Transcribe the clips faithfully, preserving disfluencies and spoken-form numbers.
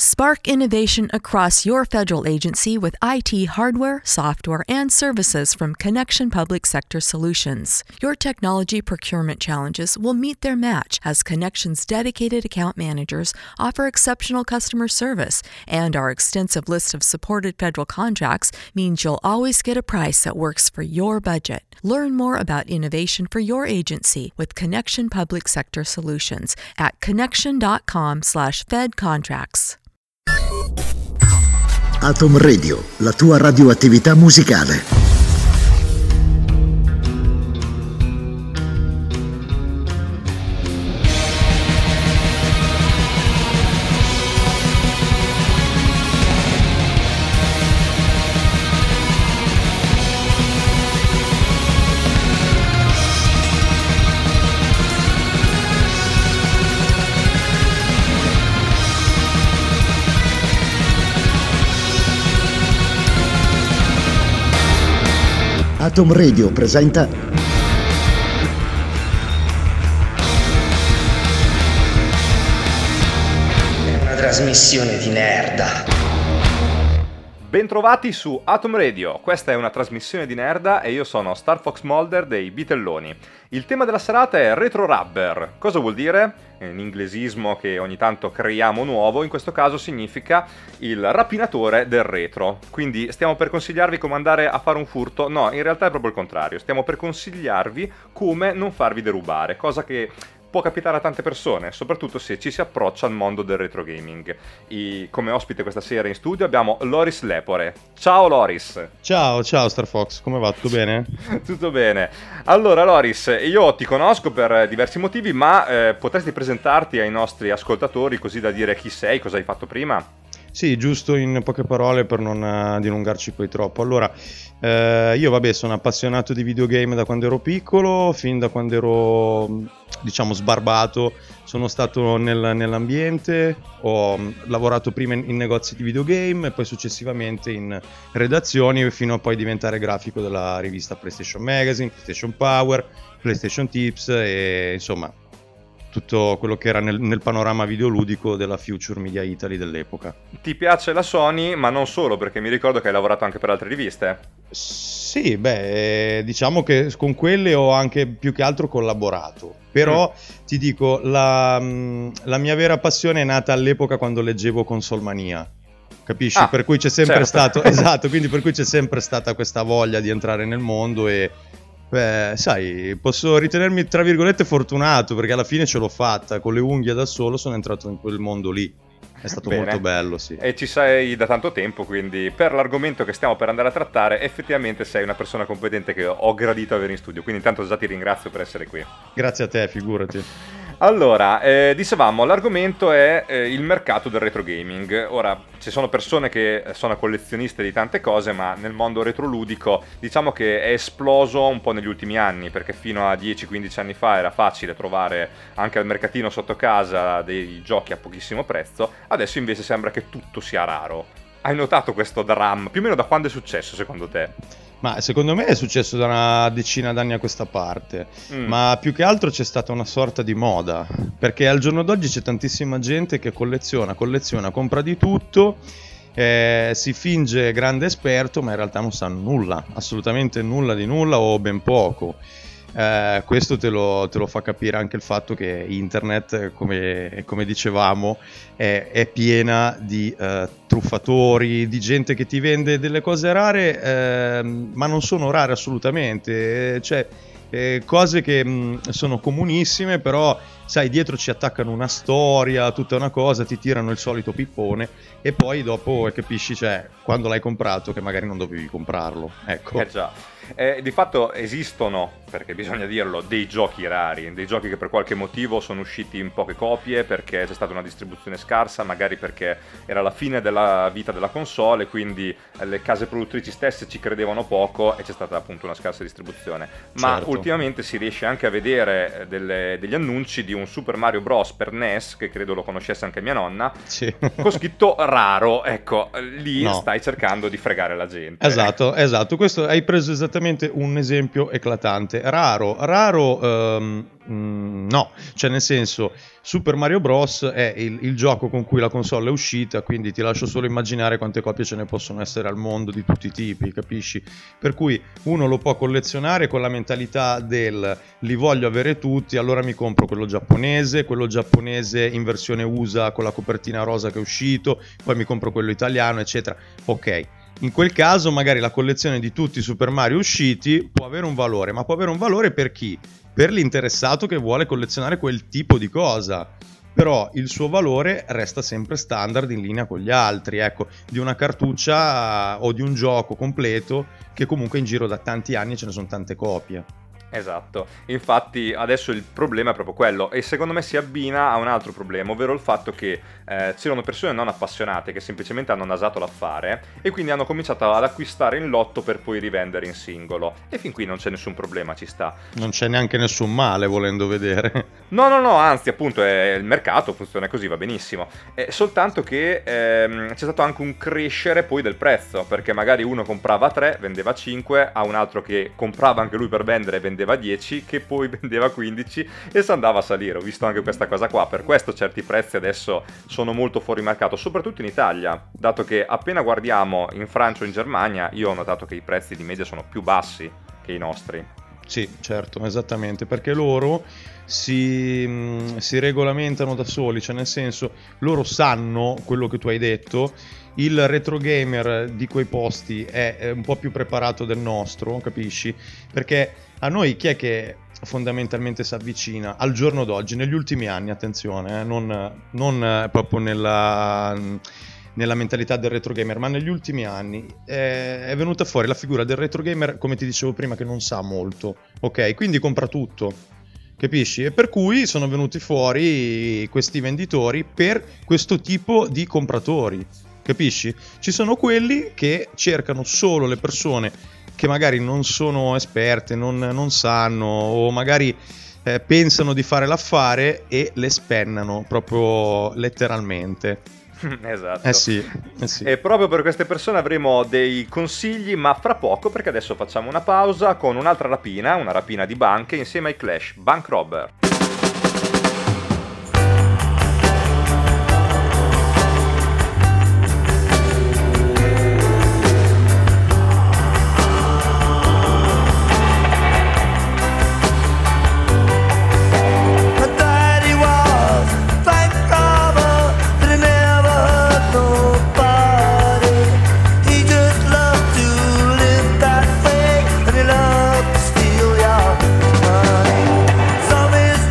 Spark innovation across your federal agency with I T hardware, software, and services from Connection Public Sector Solutions. Your technology procurement challenges will meet their match as Connection's dedicated account managers offer exceptional customer service, and our extensive list of supported federal contracts means you'll always get a price that works for your budget. Learn more about innovation for your agency with Connection Public Sector Solutions at connection.com slash fed contracts. Atom Radio, la tua radioattività musicale. Atom Radio presenta È una trasmissione di nerda. Bentrovati su Atom Radio, questa è una trasmissione di nerda e io sono Star Fox Mulder dei Bitelloni. Il tema della serata è Retro Rubber. Cosa vuol dire? È un inglesismo che ogni tanto creiamo nuovo, in questo caso significa il rapinatore del retro. Quindi stiamo per consigliarvi come andare a fare un furto? No, in realtà è proprio il contrario, stiamo per consigliarvi come non farvi derubare, cosa che può capitare a tante persone, soprattutto se ci si approccia al mondo del retro gaming. I, come ospite questa sera in studio abbiamo Loris Lepore. Ciao Loris! Ciao, ciao Star Fox, come va? Tutto bene? Tutto bene. Allora Loris, io ti conosco per diversi motivi, ma eh, potresti presentarti ai nostri ascoltatori così da dire chi sei, cosa hai fatto prima? Sì, giusto in poche parole per non uh, dilungarci poi troppo. Allora, eh, io vabbè sono appassionato di videogame da quando ero piccolo, fin da quando ero, diciamo, sbarbato, sono stato nel, nell'ambiente, ho lavorato prima in, in negozi di videogame e poi successivamente in redazioni fino a poi diventare grafico della rivista PlayStation Magazine, PlayStation Power, PlayStation Tips e insomma tutto quello che era nel, nel panorama videoludico della Future Media Italy dell'epoca. Ti piace la Sony, ma non solo, perché mi ricordo che hai lavorato anche per altre riviste. Sì, beh, diciamo che con quelle ho anche più che altro collaborato. Però mm. ti dico, la, la mia vera passione è nata all'epoca quando leggevo Console Mania. Capisci? Ah, per cui c'è sempre certo. stato, esatto, quindi per cui c'è sempre stata questa voglia di entrare nel mondo e beh, sai, posso ritenermi tra virgolette fortunato perché alla fine ce l'ho fatta, con le unghie da solo sono entrato in quel mondo lì. È stato Bene. molto bello, sì. E ci sei da tanto tempo, quindi per l'argomento che stiamo per andare a trattare, effettivamente sei una persona competente che ho gradito avere in studio, quindi intanto già ti ringrazio per essere qui. Grazie a te, figurati. Allora, eh, dicevamo, l'argomento è eh, il mercato del retro gaming. Ora, ci sono persone che sono collezioniste di tante cose, ma nel mondo retroludico diciamo che è esploso un po' negli ultimi anni, perché fino a dieci quindici anni fa era facile trovare anche al mercatino sotto casa dei giochi a pochissimo prezzo, adesso invece sembra che tutto sia raro. Hai notato questo dramma? Più o meno da quando è successo secondo te? Ma secondo me è successo da una decina d'anni a questa parte, mm. ma più che altro c'è stata una sorta di moda, perché al giorno d'oggi c'è tantissima gente che colleziona, colleziona, compra di tutto, eh, si finge grande esperto, ma in realtà non sa nulla, assolutamente nulla di nulla o ben poco. Eh, questo te lo, te lo fa capire anche il fatto che internet, come, come dicevamo, è, è piena di eh, truffatori, di gente che ti vende delle cose rare, eh, ma non sono rare assolutamente, cioè eh, cose che mh, sono comunissime, però sai, dietro ci attaccano una storia, tutta una cosa, ti tirano il solito pippone e poi dopo capisci, cioè, quando l'hai comprato che magari non dovevi comprarlo, ecco. Eh già. Eh, di fatto esistono, perché bisogna dirlo, dei giochi rari, dei giochi che per qualche motivo sono usciti in poche copie perché c'è stata una distribuzione scarsa, magari perché era la fine della vita della console, quindi le case produttrici stesse ci credevano poco e c'è stata appunto una scarsa distribuzione. Ma certo. Ultimamente si riesce anche a vedere delle, degli annunci di un Super Mario Bros per N E S, che credo lo conoscesse anche mia nonna, sì. con scritto raro. Ecco, lì no. stai cercando di fregare la gente. Esatto, esatto, questo hai preso esattamente un esempio eclatante. Raro, raro, ehm, Mm, no, cioè nel senso, Super Mario Bros. È il, il gioco con cui la console è uscita, quindi ti lascio solo immaginare quante copie ce ne possono essere al mondo di tutti i tipi, capisci? Per cui uno lo può collezionare con la mentalità del li voglio avere tutti, allora mi compro quello giapponese, quello giapponese in versione U S A con la copertina rosa che è uscito, poi mi compro quello italiano, eccetera. Ok. In quel caso magari la collezione di tutti i Super Mario usciti può avere un valore, ma può avere un valore per chi? Per l'interessato che vuole collezionare quel tipo di cosa, però il suo valore resta sempre standard in linea con gli altri, ecco, di una cartuccia o di un gioco completo che comunque in giro da tanti anni ce ne sono tante copie. Esatto, infatti adesso il problema è proprio quello e secondo me si abbina a un altro problema, ovvero il fatto che eh, c'erano persone non appassionate che semplicemente hanno nasato l'affare e quindi hanno cominciato ad acquistare in lotto per poi rivendere in singolo e fin qui non c'è nessun problema, ci sta. Non c'è neanche nessun male volendo vedere. No, no, no, anzi appunto è il mercato, funziona così, va benissimo, è soltanto che ehm, c'è stato anche un crescere poi del prezzo, perché magari uno comprava tre, vendeva cinque, a un altro che comprava anche lui per vendere, vendeva dieci, che poi vendeva quindici e si andava a salire. Ho visto anche questa cosa qua, per questo certi prezzi adesso sono molto fuori mercato, soprattutto in Italia, dato che appena guardiamo in Francia o in Germania io ho notato che i prezzi di media sono più bassi che i nostri. Sì, certo, esattamente, perché loro si, mh, si regolamentano da soli, cioè nel senso loro sanno quello che tu hai detto. Il retro gamer di quei posti è, è un po' più preparato del nostro, capisci? Perché a noi chi è che fondamentalmente si avvicina al giorno d'oggi, negli ultimi anni, attenzione, eh, non, non proprio nella, nella mentalità del retro gamer, ma negli ultimi anni eh, è venuta fuori la figura del retro gamer, come ti dicevo prima, che non sa molto, ok? Quindi compra tutto, capisci? E per cui sono venuti fuori questi venditori per questo tipo di compratori, capisci? Ci sono quelli che cercano solo le persone che magari non sono esperte, non, non sanno o magari eh, pensano di fare l'affare e le spennano proprio letteralmente. Esatto. Eh sì, eh sì. E proprio per queste persone avremo dei consigli, ma fra poco, perché adesso facciamo una pausa con un'altra rapina, una rapina di banche insieme ai Clash, Bank Robber. Some is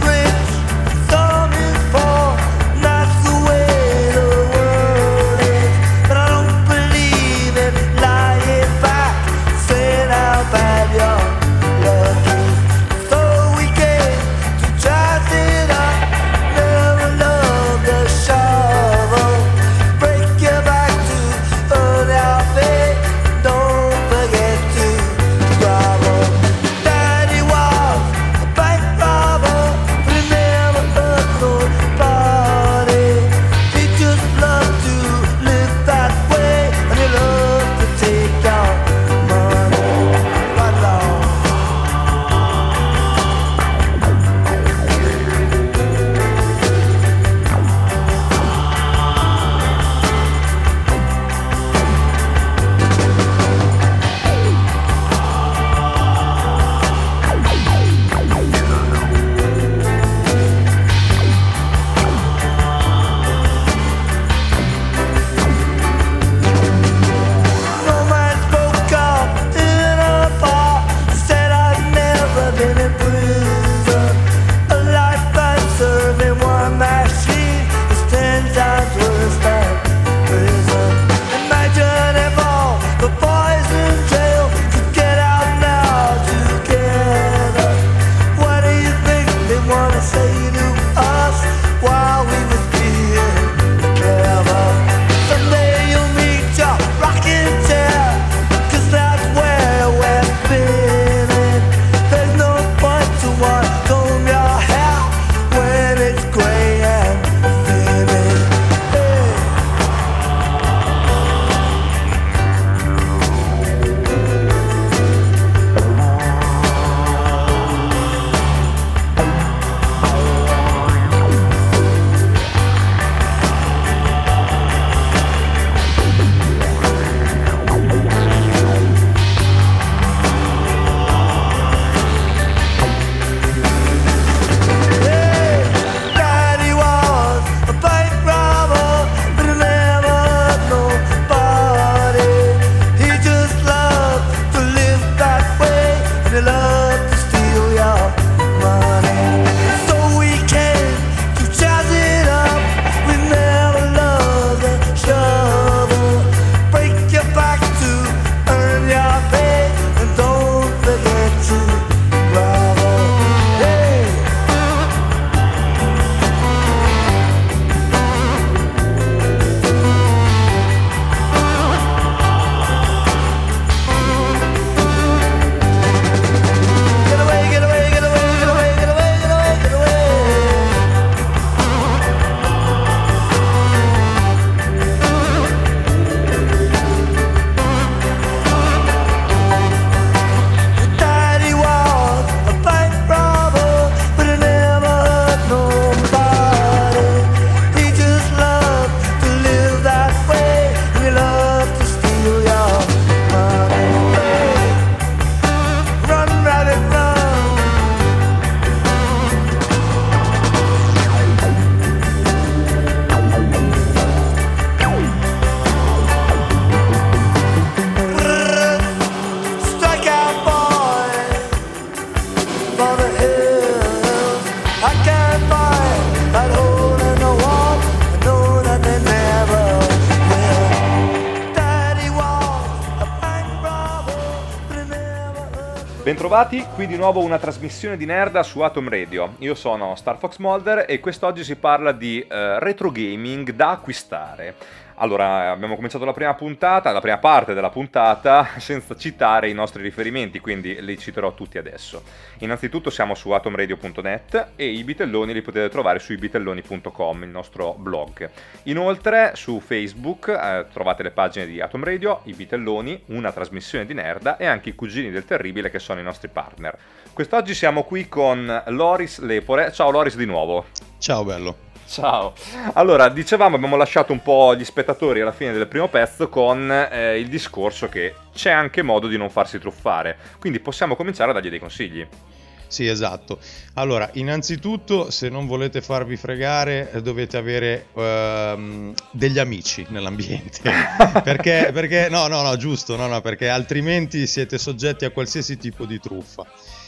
Bentrovati, qui di nuovo una trasmissione di Nerda su Atom Radio. Io sono Star Fox Mulder e quest'oggi si parla di uh, retro gaming da acquistare. Allora, abbiamo cominciato la prima puntata, la prima parte della puntata, senza citare i nostri riferimenti, quindi li citerò tutti adesso. Innanzitutto siamo su atom radio punto net e i bitelloni li potete trovare su i bitelloni punto com, il nostro blog. Inoltre su Facebook eh, trovate le pagine di Atom Radio, i bitelloni, una trasmissione di Nerda e anche i cugini del terribile che sono i nostri partner. Quest'oggi siamo qui con Loris Lepore. Ciao Loris di nuovo. Ciao bello. Ciao. Allora, dicevamo, abbiamo lasciato un po' gli spettatori alla fine del primo pezzo con eh, il discorso che c'è anche modo di non farsi truffare, quindi possiamo cominciare a dargli dei consigli. Sì, esatto. Allora, innanzitutto, se non volete farvi fregare, dovete avere uh, degli amici nell'ambiente. perché, perché, no, no, no, giusto, no, no, perché altrimenti siete soggetti a qualsiasi tipo di truffa.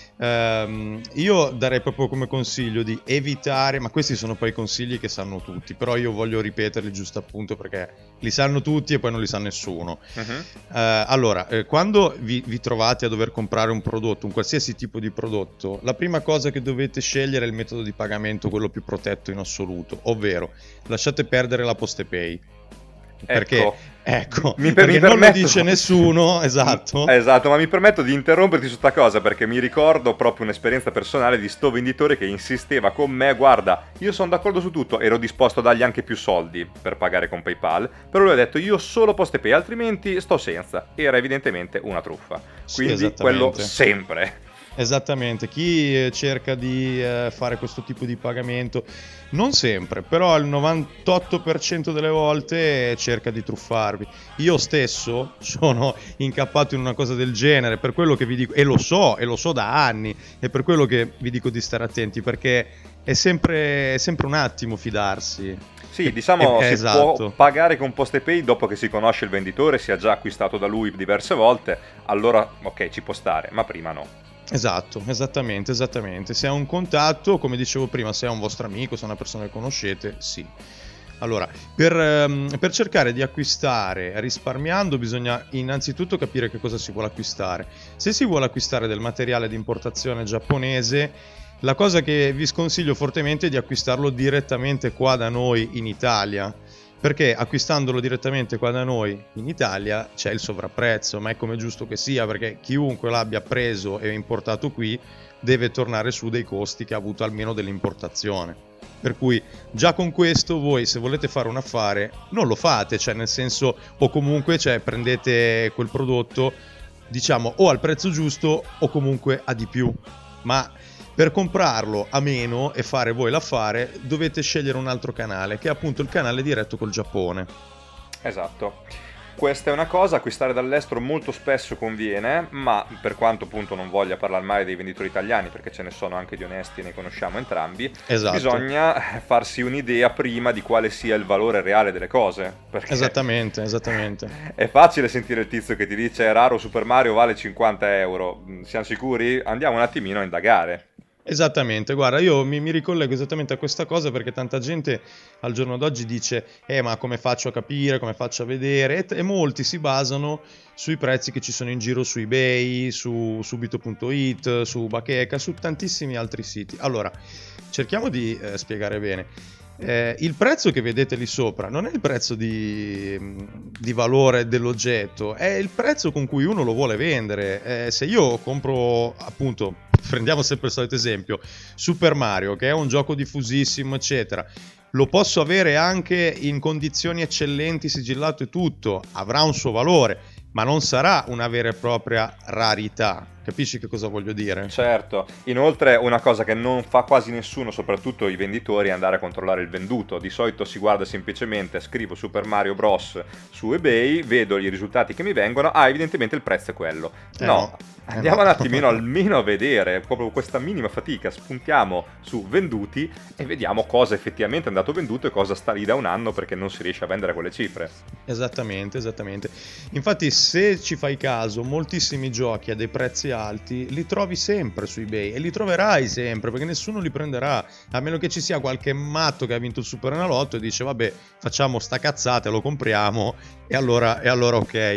Um, io darei proprio come consiglio di evitare, ma questi sono poi consigli che sanno tutti, però io voglio ripeterli giusto appunto perché li sanno tutti e poi non li sa nessuno. Uh-huh. Uh, allora, eh, quando vi, vi trovate a dover comprare un prodotto, un qualsiasi tipo di prodotto, la prima cosa che dovete scegliere è il metodo di pagamento, quello più protetto in assoluto, ovvero lasciate perdere la PostePay. Perché ecco, ecco mi, per, perché mi non permetto... lo dice nessuno, esatto. Esatto, ma mi permetto di interromperti su sta cosa perché mi ricordo proprio un'esperienza personale di sto venditore che insisteva con me: guarda, io sono d'accordo su tutto, ero disposto a dargli anche più soldi per pagare con PayPal, però lui ha detto io solo PostePay, altrimenti sto senza. Era evidentemente una truffa, quindi sì, quello sempre. Esattamente, chi cerca di eh, fare questo tipo di pagamento, non sempre, però il novantotto per cento delle volte cerca di truffarvi. Io stesso sono incappato in una cosa del genere, per quello che vi dico, e lo so, e lo so da anni, e per quello che vi dico di stare attenti, perché è sempre, è sempre un attimo fidarsi. Sì, diciamo eh, si esatto. può pagare con PostePay dopo che si conosce il venditore, si è già acquistato da lui diverse volte, allora ok, ci può stare, ma prima no. Esatto, esattamente, esattamente. Se è un contatto, come dicevo prima, se è un vostro amico, se è una persona che conoscete, sì. Allora, per, um, per cercare di acquistare risparmiando bisogna innanzitutto capire che cosa si vuole acquistare. Se si vuole acquistare del materiale di importazione giapponese, la cosa che vi sconsiglio fortemente è di acquistarlo direttamente qua da noi in Italia. Perché acquistandolo direttamente qua da noi in Italia c'è il sovrapprezzo, ma è come giusto che sia, perché chiunque l'abbia preso e importato qui deve tornare su dei costi che ha avuto almeno dell'importazione. Per cui già con questo voi, se volete fare un affare, non lo fate, cioè nel senso, o comunque cioè, prendete quel prodotto, diciamo, o al prezzo giusto o comunque a di più, ma per comprarlo a meno e fare voi l'affare dovete scegliere un altro canale, che è appunto il canale diretto col Giappone. Esatto. Questa è una cosa, acquistare dall'estero molto spesso conviene, ma per quanto appunto non voglia parlare male dei venditori italiani, perché ce ne sono anche di onesti e ne conosciamo entrambi, esatto. Bisogna farsi un'idea prima di quale sia il valore reale delle cose. Esattamente, esattamente. È facile sentire il tizio che ti dice raro Super Mario vale cinquanta euro, siamo sicuri? Andiamo un attimino a indagare. Esattamente, guarda, io mi, mi ricollego esattamente a questa cosa perché tanta gente al giorno d'oggi dice eh ma come faccio a capire, come faccio a vedere, e, e molti si basano sui prezzi che ci sono in giro su eBay, su subito punto it, su Bacheca, su tantissimi altri siti. Allora, cerchiamo di eh, spiegare bene. Eh, il prezzo che vedete lì sopra non è il prezzo di, di valore dell'oggetto, è il prezzo con cui uno lo vuole vendere. Eh, se io compro, appunto, prendiamo sempre il solito esempio, Super Mario, che è un gioco diffusissimo, eccetera, lo posso avere anche in condizioni eccellenti, sigillato e tutto, avrà un suo valore, ma non sarà una vera e propria rarità. Capisci che cosa voglio dire? Certo. Inoltre una cosa che non fa quasi nessuno, soprattutto i venditori, è andare a controllare il venduto. Di solito si guarda semplicemente, scrivo Super Mario Bros su eBay, vedo i risultati che mi vengono, ah evidentemente il prezzo è quello. Eh no, no. andiamo un attimino almeno a vedere, proprio questa minima fatica, spuntiamo su venduti e vediamo cosa effettivamente è andato venduto e cosa sta lì da un anno perché non si riesce a vendere quelle cifre. Esattamente, esattamente. Infatti se ci fai caso, moltissimi giochi a dei prezzi alti li trovi sempre su eBay e li troverai sempre perché nessuno li prenderà, a meno che ci sia qualche matto che ha vinto il Superenalotto e dice vabbè facciamo sta cazzata, lo compriamo e allora, e allora ok.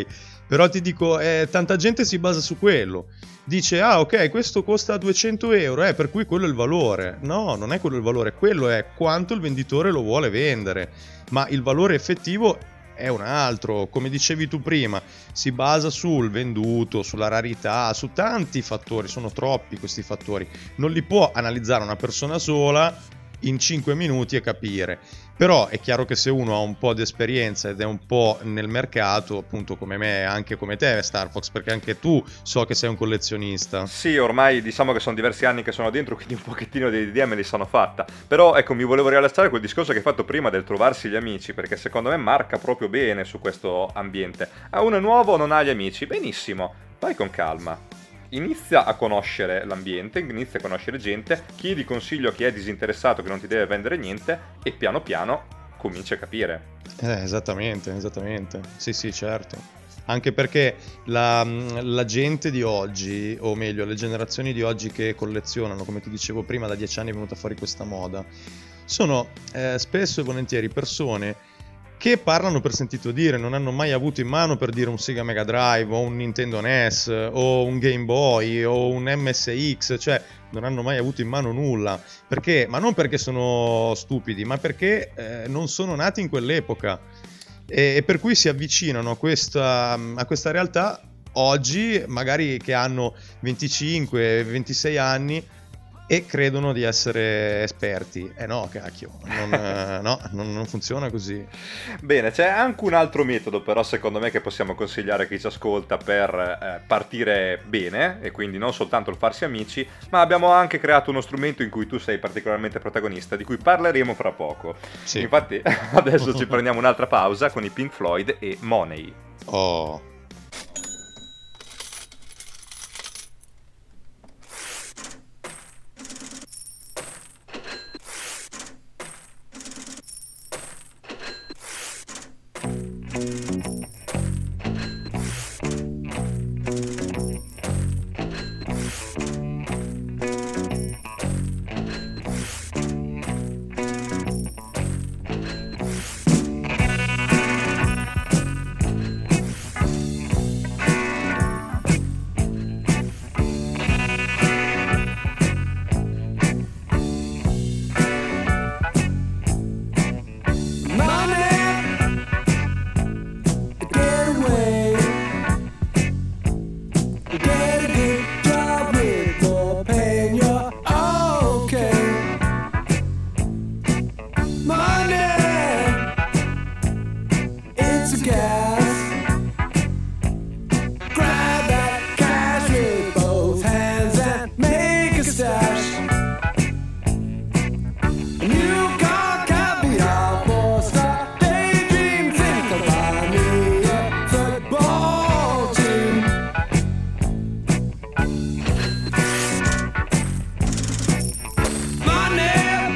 Però ti dico, eh, tanta gente si basa su quello. Dice, ah ok, questo costa duecento euro, eh, per cui quello è il valore. No, non è quello il valore, quello è quanto il venditore lo vuole vendere. Ma il valore effettivo è un altro. Come dicevi tu prima, si basa sul venduto, sulla rarità, su tanti fattori, sono troppi questi fattori. Non li può analizzare una persona sola in cinque minuti e capire. Però è chiaro che se uno ha un po' di esperienza ed è un po' nel mercato, appunto come me, anche come te Star Fox, perché anche tu so che sei un collezionista. Sì, ormai diciamo che sono diversi anni che sono dentro, quindi un pochettino di idea me li sono fatta. Però ecco, mi volevo riallacciare quel discorso che hai fatto prima del trovarsi gli amici, perché secondo me marca proprio bene su questo ambiente. A uno è nuovo, non ha gli amici, benissimo, vai con calma. Inizia a conoscere l'ambiente, inizia a conoscere gente, chiedi consiglio a chi è disinteressato, che non ti deve vendere niente, e piano piano cominci a capire. Eh, esattamente, esattamente. Sì, sì, certo. Anche perché la, la gente di oggi, o meglio, le generazioni di oggi che collezionano, come ti dicevo prima, da dieci anni è venuta fuori questa moda, sono eh, spesso e volentieri persone che parlano per sentito dire, non hanno mai avuto in mano, per dire, un Sega Mega Drive o un Nintendo N E S o un Game Boy o un M S X, cioè non hanno mai avuto in mano nulla. Perché? Ma non perché sono stupidi, ma perché eh, non sono nati in quell'epoca e, e per cui si avvicinano a questa, a questa realtà oggi, magari che hanno venticinque ventisei anni, e credono di essere esperti. Eh no, cacchio, non, eh, no, non, non funziona così. Bene, c'è anche un altro metodo però secondo me che possiamo consigliare a chi ci ascolta per eh, partire bene, e quindi non soltanto il farsi amici, ma abbiamo anche creato uno strumento in cui tu sei particolarmente protagonista, di cui parleremo fra poco. Sì. Infatti adesso ci prendiamo un'altra pausa con i Pink Floyd e Money. Oh...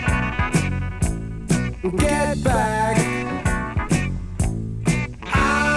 Get back. I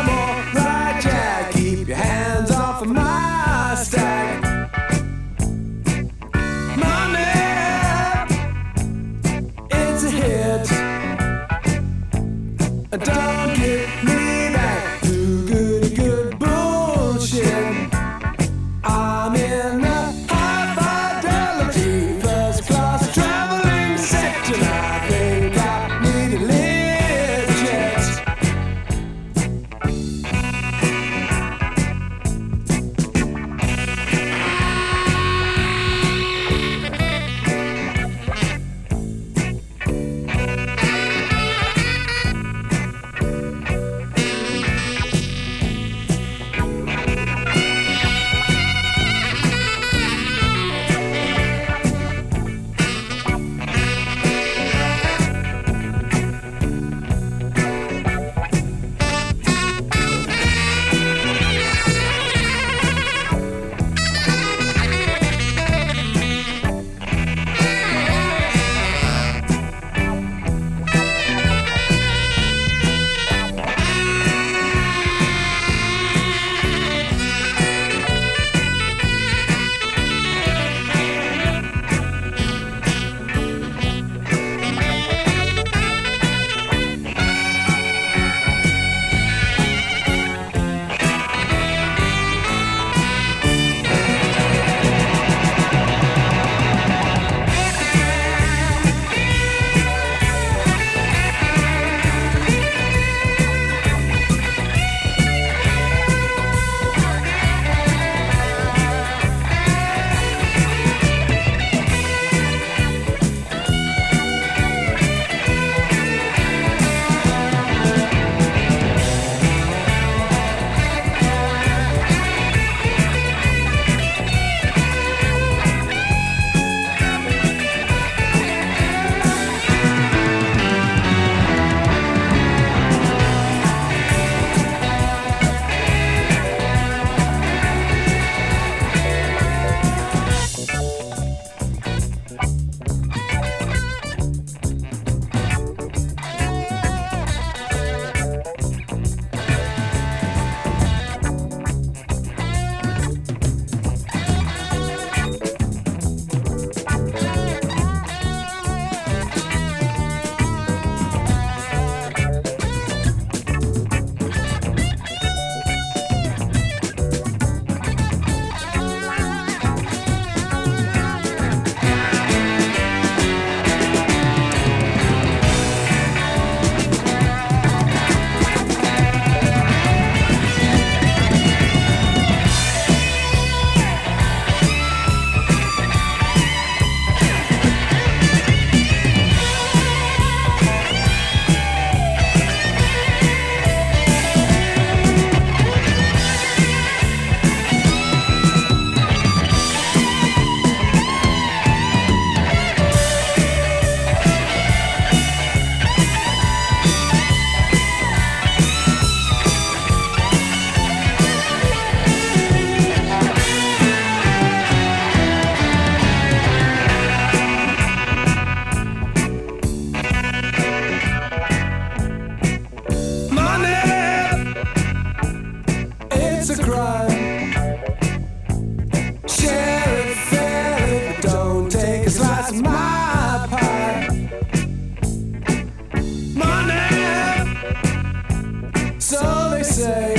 say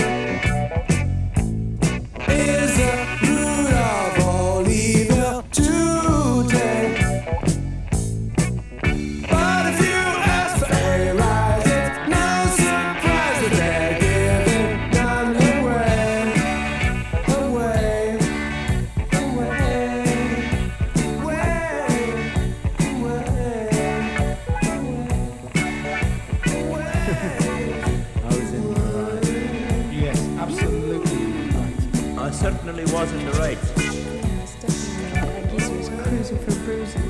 is the root of all evil today. But if you ask for a rise, it's no surprise that they're giving none away, away, away, I was in the right. Yes, absolutely right. I certainly was in the right. Yes, definitely right. I guess he was cruising for bruising.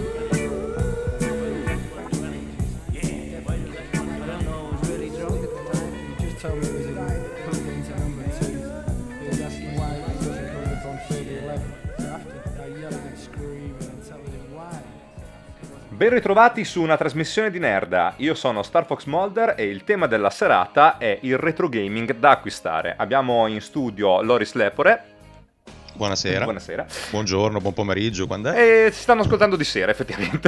Yeah, I don't know, I was really drunk at the time. He just told me it was in plugged into number two. He was asking why he wasn't coming up on thirty eleven. So after I yelled and screamed and telling him why. Ben ritrovati su una trasmissione di Nerda. Io sono Star Fox Mulder e il tema della serata è il retro gaming da acquistare. Abbiamo in studio Loris Lepore. Buonasera. Buonasera. Buongiorno, buon pomeriggio, quando è? E si stanno ascoltando di sera, effettivamente.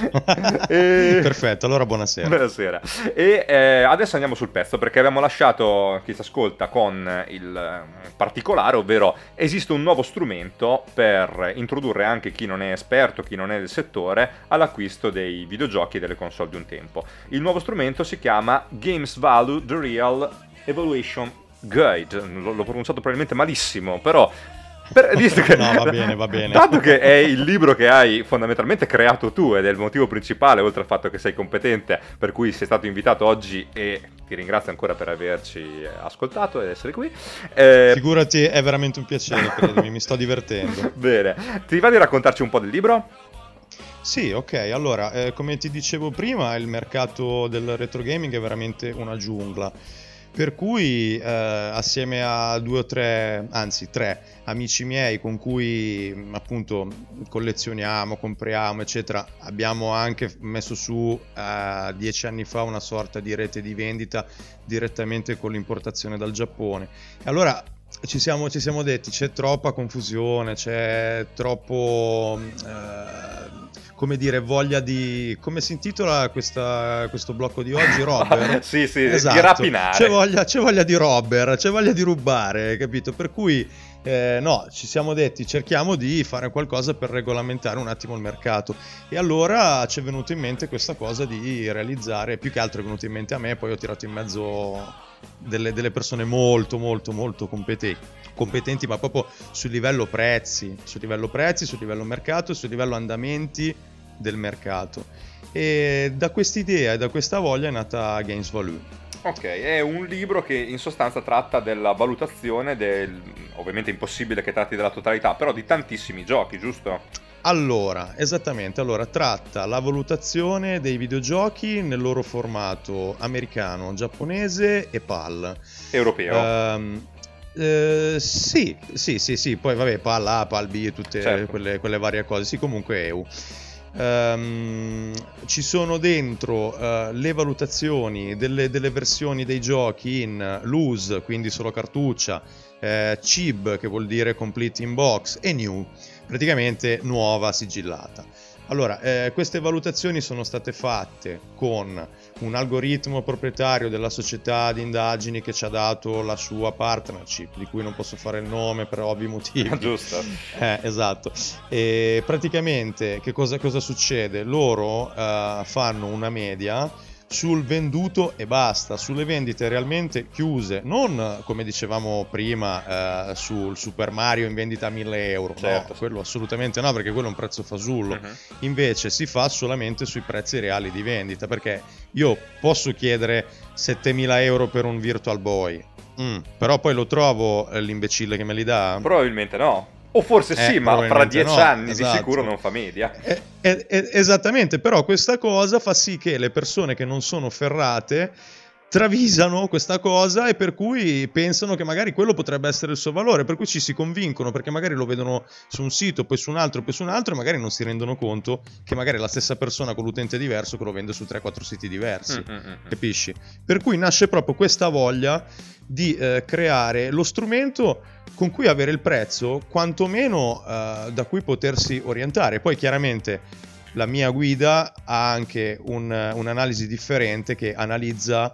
e... Perfetto, allora buonasera. Buonasera. E eh, adesso andiamo sul pezzo, perché abbiamo lasciato chi ci ascolta con il particolare, ovvero esiste un nuovo strumento per introdurre anche chi non è esperto, chi non è del settore, all'acquisto dei videogiochi e delle console di un tempo. Il nuovo strumento si chiama Games Value The Real Evaluation Guide. L- l'ho pronunciato probabilmente malissimo, però... Per, visto che, no, va bene, va bene. Dato che è il libro che hai fondamentalmente creato tu ed è il motivo principale, oltre al fatto che sei competente, per cui sei stato invitato oggi e ti ringrazio ancora per averci ascoltato ed essere qui. Eh... Figurati, è veramente un piacere, credimi, mi sto divertendo. Bene, ti va di raccontarci un po' del libro? Sì, ok, allora, eh, come ti dicevo prima, il mercato del retro gaming è veramente una giungla. Per cui eh, assieme a due o tre, anzi tre amici miei con cui appunto collezioniamo, compriamo eccetera, abbiamo anche messo su eh, dieci anni fa una sorta di rete di vendita direttamente con l'importazione dal Giappone. E allora ci siamo, ci siamo detti c'è troppa confusione, c'è troppo... Eh, come dire, voglia di... come si intitola questa, questo blocco di oggi? Robber? sì, sì, esatto. Di rapinare. C'è voglia, c'è voglia di robber, c'è voglia di rubare, capito? Per cui, eh, no, ci siamo detti, cerchiamo di fare qualcosa per regolamentare un attimo il mercato. E allora ci è venuto in mente questa cosa di realizzare, più che altro è venuto in mente a me, poi ho tirato in mezzo delle, delle persone molto, molto, molto competenti. competenti, ma proprio sul livello prezzi, sul livello prezzi, sul livello mercato e sul livello andamenti del mercato. E da quest'idea e da questa voglia è nata Games Value. Ok, è un libro che in sostanza tratta della valutazione del, ovviamente impossibile che tratti della totalità, però di tantissimi giochi, giusto? Allora, esattamente, allora tratta la valutazione dei videogiochi nel loro formato americano, giapponese e P A L. Europeo. Um, Uh, sì, sì, sì, sì, poi vabbè, P A L A, P A L B, tutte certo. quelle, quelle varie cose, sì, comunque E U. Um, ci sono dentro uh, le valutazioni delle, delle versioni dei giochi in loose, quindi solo cartuccia, eh, C I B, che vuol dire complete in box, e new, praticamente nuova, sigillata. Allora, eh, queste valutazioni sono state fatte con un algoritmo proprietario della società di indagini che ci ha dato la sua partnership, di cui non posso fare il nome per ovvi motivi. Giusto. Eh, esatto. E praticamente che cosa, cosa succede? Loro eh, fanno una media sul venduto e basta, sulle vendite realmente chiuse, non come dicevamo prima eh, sul Super Mario in vendita a mille euro, certo. No, quello assolutamente no, perché quello è un prezzo fasullo. Uh-huh. Invece si fa solamente sui prezzi reali di vendita, perché io posso chiedere settemila euro per un Virtual Boy, mm, però poi lo trovo eh, l'imbecille che me li dà? Probabilmente no. O forse eh, sì, ma fra dieci no, anni esatto. di sicuro non fa media. Eh, eh, eh, esattamente, però questa cosa fa sì che le persone che non sono ferrate travisano questa cosa e per cui pensano che magari quello potrebbe essere il suo valore, per cui ci si convincono perché magari lo vedono su un sito, poi su un altro, poi su un altro e magari non si rendono conto che magari è la stessa persona con l'utente diverso che lo vende su tre quattro siti diversi, mm-hmm. capisci? Per cui nasce proprio questa voglia di eh, creare lo strumento con cui avere il prezzo quantomeno eh, da cui potersi orientare. Poi chiaramente la mia guida ha anche un, un'analisi differente che analizza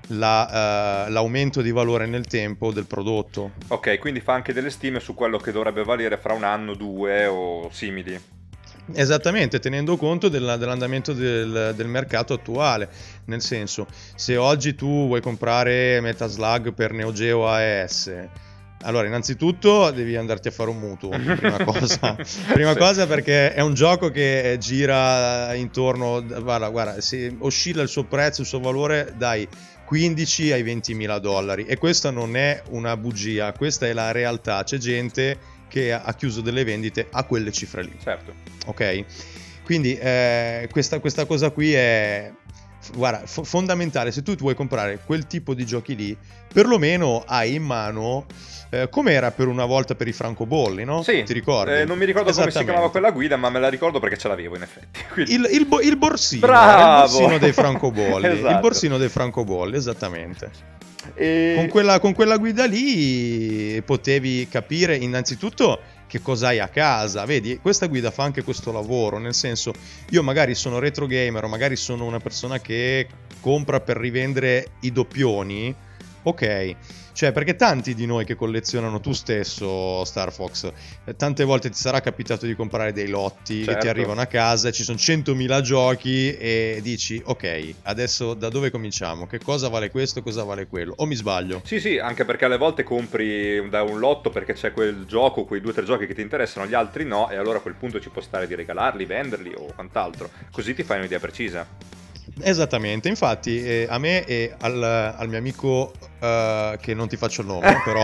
la, eh, l'aumento di valore nel tempo del prodotto. Ok, quindi fa anche delle stime su quello che dovrebbe valere fra un anno, due o simili. Esattamente, tenendo conto della- dell'andamento del, del mercato attuale, nel senso, se oggi tu vuoi comprare Metaslug per Neo Geo A E S, allora innanzitutto devi andarti a fare un mutuo, prima cosa, prima Sì. cosa perché è un gioco che gira intorno, guarda, guarda, se oscilla il suo prezzo, il suo valore dai quindici ai ventimila dollari, e questa non è una bugia, questa è la realtà, c'è gente che ha chiuso delle vendite a quelle cifre lì. Certo. Ok, quindi eh, questa, questa cosa qui è, guarda, fo- fondamentale. Se tu ti vuoi comprare quel tipo di giochi lì, perlomeno hai in mano eh, come era per una volta per i francobolli, no? Sì, Ti ricordi? eh, non mi ricordo come si Esattamente. chiamava quella guida, ma me la ricordo perché ce l'avevo in effetti. Quindi- Il, il, bo- il borsino, Bravo! era il borsino dei francobolli, Esatto. il borsino dei francobolli, esattamente. E- Con quella, con quella guida lì potevi capire innanzitutto che cosa hai a casa. Vedi, questa guida fa anche questo lavoro, nel senso, io magari sono retro gamer o magari sono una persona che compra per rivendere i doppioni, ok, cioè perché tanti di noi che collezionano, tu stesso Star Fox, eh, tante volte ti sarà capitato di comprare dei lotti che Certo. ti arrivano a casa e ci sono centomila giochi e dici ok, adesso da dove cominciamo? Che cosa vale questo, cosa vale quello? O mi sbaglio? Sì, sì, anche perché alle volte compri da un lotto perché c'è quel gioco, quei due o tre giochi che ti interessano, gli altri no, e allora a quel punto ci può stare di regalarli, venderli o quant'altro. Così ti fai un'idea precisa. Esattamente, infatti eh, a me e al, al mio amico eh, che non ti faccio il nome però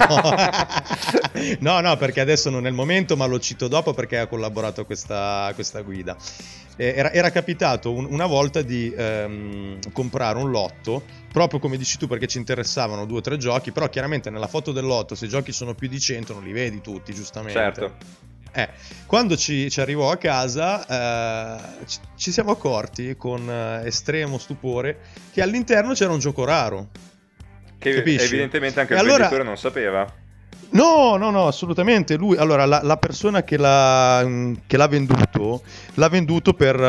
no no perché adesso non è il momento, ma lo cito dopo perché ha collaborato a questa, a questa guida. Eh, era, era capitato un- una volta di ehm, comprare un lotto proprio come dici tu, perché ci interessavano due o tre giochi, però chiaramente nella foto del lotto se i giochi sono più di cento non li vedi tutti, giustamente. Certo. Eh, quando ci, ci arrivò a casa eh, ci, ci siamo accorti con eh, estremo stupore che all'interno c'era un gioco raro. Che Capisci? evidentemente anche E il allora- venditore non sapeva. No, no, no, assolutamente. Lui, allora, la, la persona che l'ha, che l'ha venduto, l'ha venduto per,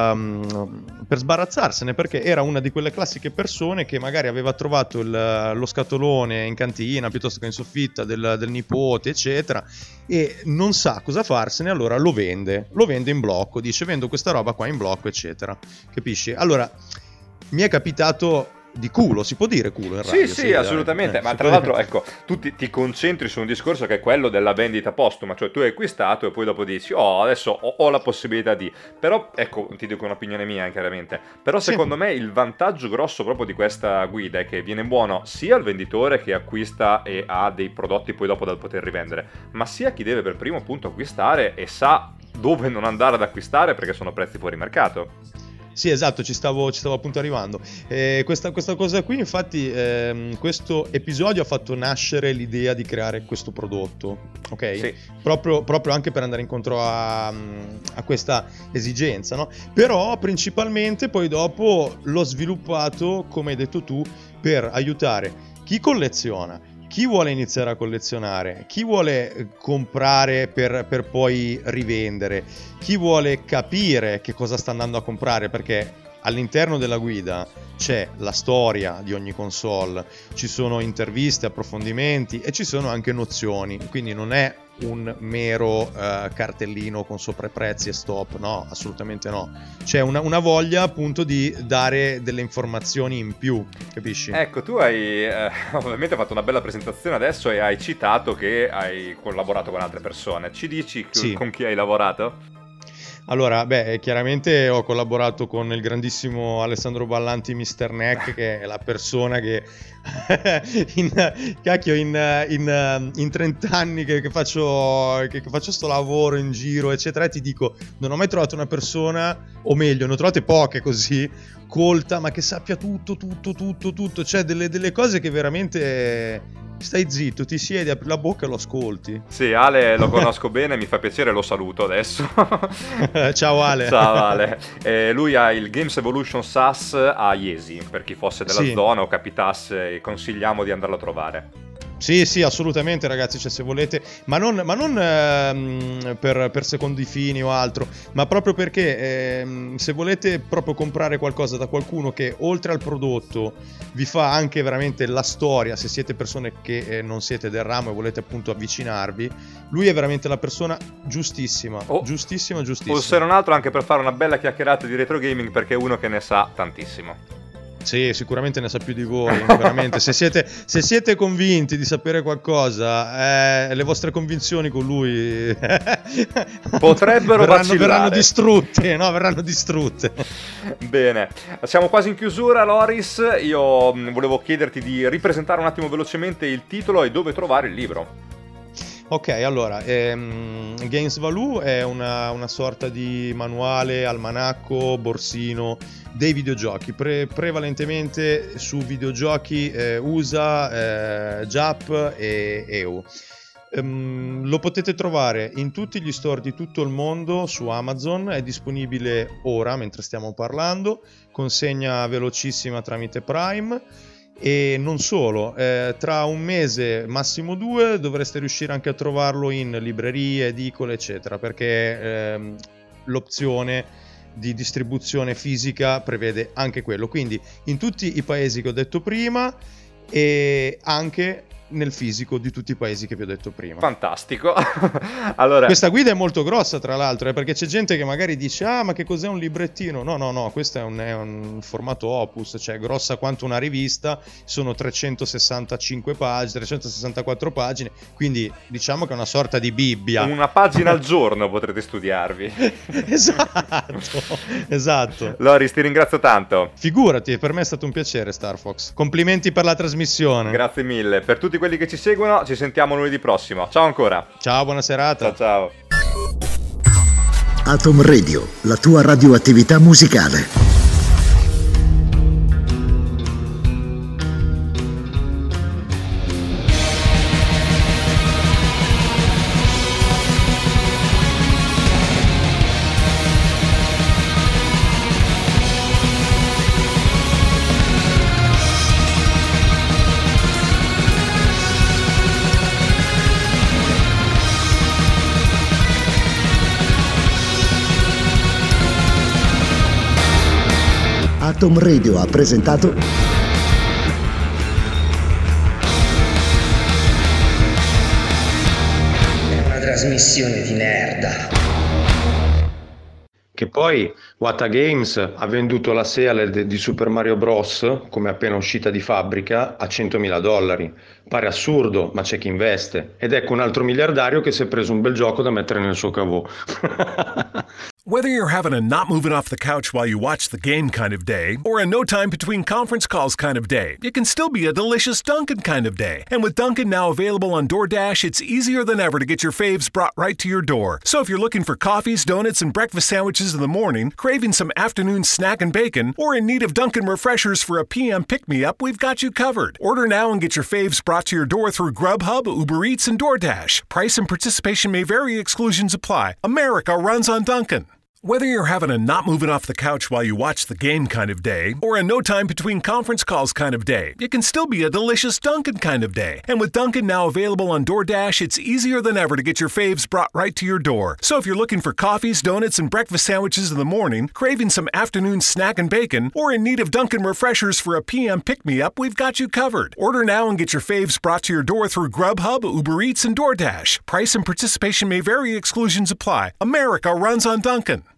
ehm, per sbarazzarsene, perché era una di quelle classiche persone che magari aveva trovato il- lo scatolone in cantina piuttosto che in soffitta del, del nipote, eccetera, e non sa cosa farsene, allora lo vende, lo vende in blocco, dice vendo questa roba qua in blocco, eccetera. Capisci? Allora, mi è capitato di culo, si può dire culo in Sì, radio? sì, dai. assolutamente. Eh, Ma si tra può l'altro, dire. ecco, tu ti, ti concentri su un discorso che è quello della vendita postuma, cioè tu hai acquistato e poi dopo dici, oh, adesso ho, ho la possibilità di. Però, ecco, ti dico un'opinione mia, chiaramente. Però Sì. secondo me il vantaggio grosso proprio di questa guida è che viene buono sia al venditore che acquista e ha dei prodotti poi dopo da poter rivendere, ma sia chi deve per primo appunto acquistare e sa dove non andare ad acquistare perché sono prezzi fuori mercato. Sì, esatto, ci stavo, ci stavo appunto arrivando. Eh, questa, questa cosa qui, infatti, ehm, questo episodio ha fatto nascere l'idea di creare questo prodotto, ok? Sì. Proprio, proprio anche per andare incontro a, a questa esigenza, no? Però principalmente poi dopo l'ho sviluppato, come hai detto tu, per aiutare chi colleziona, chi vuole iniziare a collezionare, chi vuole eh, comprare per, per poi rivendere, chi vuole capire che cosa sta andando a comprare, perché all'interno della guida c'è la storia di ogni console, ci sono interviste, approfondimenti e ci sono anche nozioni, quindi non è un mero eh, cartellino con sopra i prezzi e stop, no, assolutamente no. C'è una, una voglia appunto di dare delle informazioni in più, capisci? Ecco, tu hai eh, ovviamente fatto una bella presentazione adesso e hai citato che hai collaborato con altre persone. Ci dici chi- Sì. con chi hai lavorato? Allora, beh, chiaramente ho collaborato con il grandissimo Alessandro Ballanti, mister Neck, che è la persona che in, cacchio, in, in, in trenta anni che, che faccio che, che faccio sto lavoro in giro, eccetera, e ti dico, non ho mai trovato una persona, o meglio, ne ho trovate poche così, colta, ma che sappia tutto, tutto, tutto, tutto, cioè delle, delle cose che veramente stai zitto, ti siedi, apri la bocca e lo ascolti. Sì, Ale lo conosco bene, mi fa piacere, lo saluto adesso. Ciao Ale. Ciao Ale. Eh, lui ha il Games Evolution S A S a Iesi, per chi fosse della Sì. zona o capitasse, consigliamo di andarlo a trovare. Sì, sì, assolutamente ragazzi, cioè se volete, ma non, ma non ehm, per, per secondi fini o altro, ma proprio perché ehm, se volete proprio comprare qualcosa da qualcuno che oltre al prodotto vi fa anche veramente la storia, se siete persone che eh, non siete del ramo e volete appunto avvicinarvi, lui è veramente la persona giustissima, Oh. giustissima, giustissima. O se non altro anche per fare una bella chiacchierata di retro gaming, perché è uno che ne sa tantissimo. Sì, sicuramente ne sa più di voi, veramente. Se siete, se siete convinti di sapere qualcosa, eh, le vostre convinzioni con lui potrebbero verranno, vacillare. verranno distrutte, no? Verranno distrutte. Bene, siamo quasi in chiusura, Loris. Io mh, volevo chiederti di ripresentare un attimo velocemente il titolo e dove trovare il libro. Ok, allora, ehm, Games Value è una, una sorta di manuale, almanacco, borsino dei videogiochi, pre- prevalentemente su videogiochi eh, U S A, eh, J A P e E U. Um, lo potete trovare in tutti gli store di tutto il mondo su Amazon, è disponibile ora mentre stiamo parlando, consegna velocissima tramite Prime. E non solo, eh, tra un mese, massimo due, dovreste riuscire anche a trovarlo in librerie, edicole, eccetera, perché ehm, l'opzione di distribuzione fisica prevede anche quello. Quindi in tutti i paesi che ho detto prima e anche nel fisico di tutti i paesi che vi ho detto prima. Fantastico. Allora, questa guida è molto grossa, tra l'altro, eh, perché c'è gente che magari dice ah, ma che cos'è un librettino? No, no, no, questo è un, è un formato opus, cioè grossa quanto una rivista, sono trecentosessantacinque pagine, trecentosessantaquattro pagine, quindi diciamo che è una sorta di Bibbia. Una pagina al giorno potrete studiarvi. Esatto, esatto. Loris, ti ringrazio tanto. Figurati, per me è stato un piacere, Star Fox. Complimenti per la trasmissione. Grazie mille. Per tutti quelli che ci seguono, ci sentiamo lunedì prossimo. Ciao ancora. Ciao, buona serata. Ciao, ciao. Atom Radio, la tua radioattività musicale. Atom Radio ha presentato È una trasmissione di merda. Che poi Wata Games ha venduto la sealed di Super Mario Bros. Come appena uscita di fabbrica a centomila dollari. Pare assurdo, ma c'è chi investe. Ed ecco un altro miliardario che si è preso un bel gioco da mettere nel suo cavò. Whether you're having a not moving off the couch while you watch the game kind of day, or a no time between conference calls kind of day, it can still be a delicious Dunkin' kind of day. And with Dunkin' now available on DoorDash, it's easier than ever to get your faves brought right to your door. So if you're looking for coffees, donuts, and breakfast sandwiches in the morning, craving some afternoon snack and bacon, or in need of Dunkin' refreshers for a P M pick-me-up, we've got you covered. Order now and get your faves brought to your door through Grubhub, Uber Eats, and DoorDash. Price and participation may vary, exclusions apply. America runs on Dunkin'. Whether you're having a not moving off the couch while you watch the game kind of day, or a no time between conference calls kind of day, it can still be a delicious Dunkin' kind of day. And with Dunkin' now available on DoorDash, it's easier than ever to get your faves brought right to your door. So if you're looking for coffees, donuts, and breakfast sandwiches in the morning, craving some afternoon snack and bacon, or in need of Dunkin' refreshers for a P M pick-me-up, we've got you covered. Order now and get your faves brought to your door through Grubhub, Uber Eats, and DoorDash. Price and participation may vary, exclusions apply. America runs on Dunkin'.